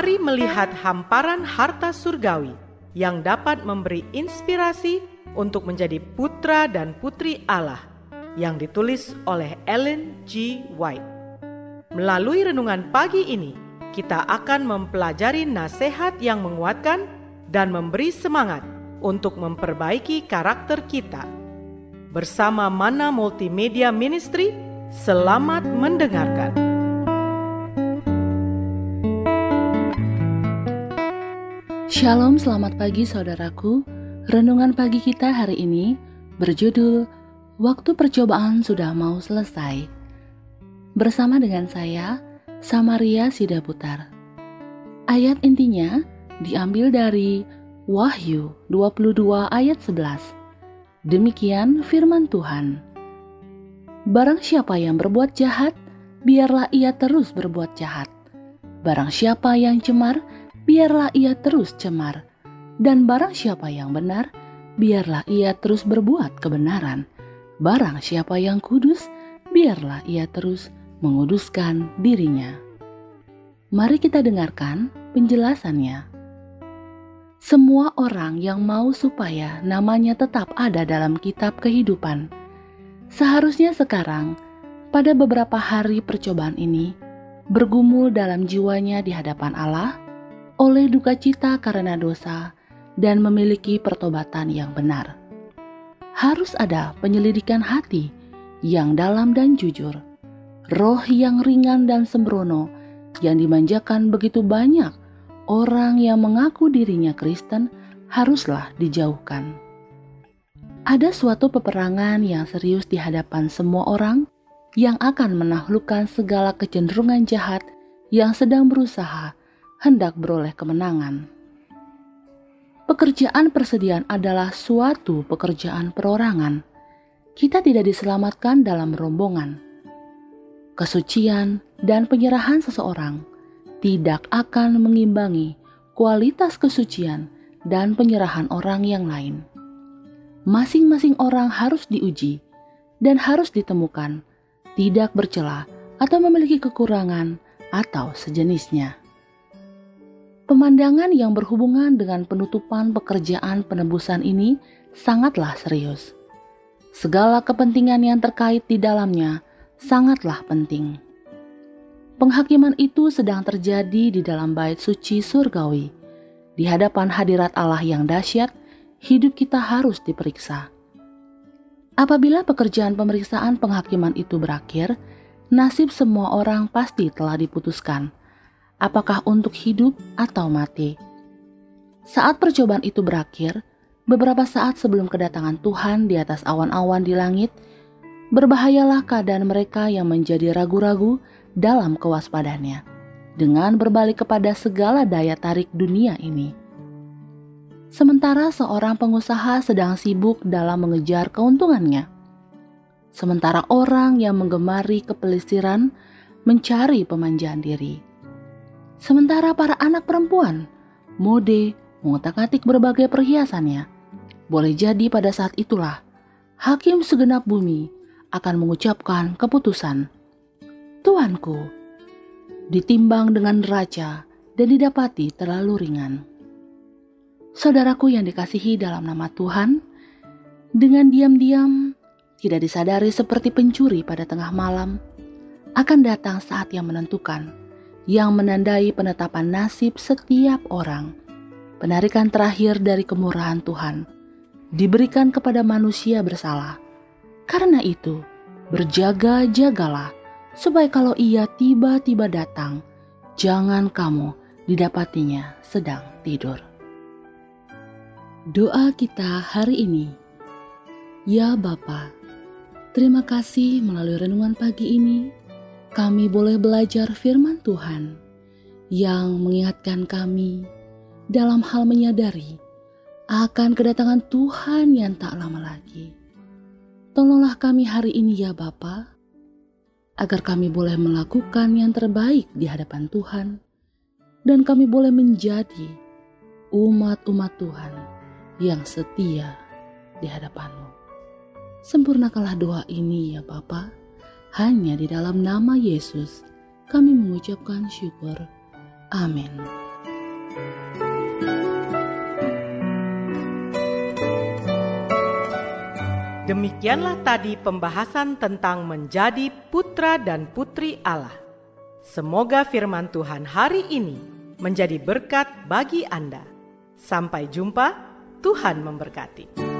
Mari melihat hamparan harta surgawi yang dapat memberi inspirasi untuk menjadi putra dan putri Allah, yang ditulis oleh Ellen G. White. Melalui renungan pagi ini, kita akan mempelajari nasihat yang menguatkan dan memberi semangat untuk memperbaiki karakter kita. Bersama Mana Multimedia Ministry, selamat mendengarkan. Shalom, selamat pagi saudaraku. Renungan pagi kita hari ini berjudul Waktu Percobaan Sudah Mau Selesai. Bersama dengan saya, Samaria Sidaputar. Ayat intinya diambil dari Wahyu 22 ayat 11. Demikian firman Tuhan. Barang siapa yang berbuat jahat, biarlah ia terus berbuat jahat. Barang siapa yang cemar, biarlah ia terus cemar, dan barang siapa yang benar, biarlah ia terus berbuat kebenaran. Barang siapa yang kudus, biarlah ia terus menguduskan dirinya. Mari kita dengarkan penjelasannya. Semua orang yang mau supaya namanya tetap ada dalam kitab kehidupan, seharusnya sekarang, pada beberapa hari percobaan ini, bergumul dalam jiwanya di hadapan Allah, oleh duka cita karena dosa dan memiliki pertobatan yang benar. Harus ada penyelidikan hati yang dalam dan jujur, roh yang ringan dan sembrono yang dimanjakan begitu banyak orang yang mengaku dirinya Kristen haruslah dijauhkan. Ada suatu peperangan yang serius di hadapan semua orang yang akan menaklukkan segala kecenderungan jahat yang sedang berusaha hendak beroleh kemenangan. Pekerjaan persediaan adalah suatu pekerjaan perorangan. Kita tidak diselamatkan dalam rombongan. Kesucian dan penyerahan seseorang tidak akan mengimbangi kualitas kesucian dan penyerahan orang yang lain. Masing-masing orang harus diuji dan harus ditemukan tidak bercela atau memiliki kekurangan atau sejenisnya. Pemandangan yang berhubungan dengan penutupan pekerjaan penebusan ini sangatlah serius. Segala kepentingan yang terkait di dalamnya sangatlah penting. Penghakiman itu sedang terjadi di dalam bait suci surgawi. Di hadapan hadirat Allah yang dahsyat, hidup kita harus diperiksa. Apabila pekerjaan pemeriksaan penghakiman itu berakhir, nasib semua orang pasti telah diputuskan. Apakah untuk hidup atau mati? Saat percobaan itu berakhir, beberapa saat sebelum kedatangan Tuhan di atas awan-awan di langit, berbahayalah keadaan mereka yang menjadi ragu-ragu dalam kewaspadaannya, dengan berbalik kepada segala daya tarik dunia ini. Sementara seorang pengusaha sedang sibuk dalam mengejar keuntungannya, sementara orang yang menggemari kepelisiran mencari pemanjaan diri. Sementara para anak perempuan, mode, mengotak-atik berbagai perhiasannya. Boleh jadi pada saat itulah, hakim segenap bumi akan mengucapkan keputusan. Tuanku, ditimbang dengan neraca dan didapati terlalu ringan. Saudaraku yang dikasihi dalam nama Tuhan, dengan diam-diam, tidak disadari seperti pencuri pada tengah malam, akan datang saat yang menentukan, yang menandai penetapan nasib setiap orang. Penarikan terakhir dari kemurahan Tuhan diberikan kepada manusia bersalah. Karena itu, berjaga-jagalah, supaya kalau ia tiba-tiba datang, jangan kamu didapatinya sedang tidur. Doa kita hari ini. Ya Bapa, terima kasih melalui renungan pagi ini, kami boleh belajar firman Tuhan yang mengingatkan kami dalam hal menyadari akan kedatangan Tuhan yang tak lama lagi. Tolonglah kami hari ini ya Bapa, agar kami boleh melakukan yang terbaik di hadapan Tuhan, dan kami boleh menjadi umat-umat Tuhan yang setia di hadapan-Mu. Sempurnakanlah doa ini ya Bapa. Hanya di dalam nama Yesus kami mengucapkan syukur. Amin. Demikianlah tadi pembahasan tentang menjadi putra dan putri Allah. Semoga firman Tuhan hari ini menjadi berkat bagi Anda. Sampai jumpa, Tuhan memberkati.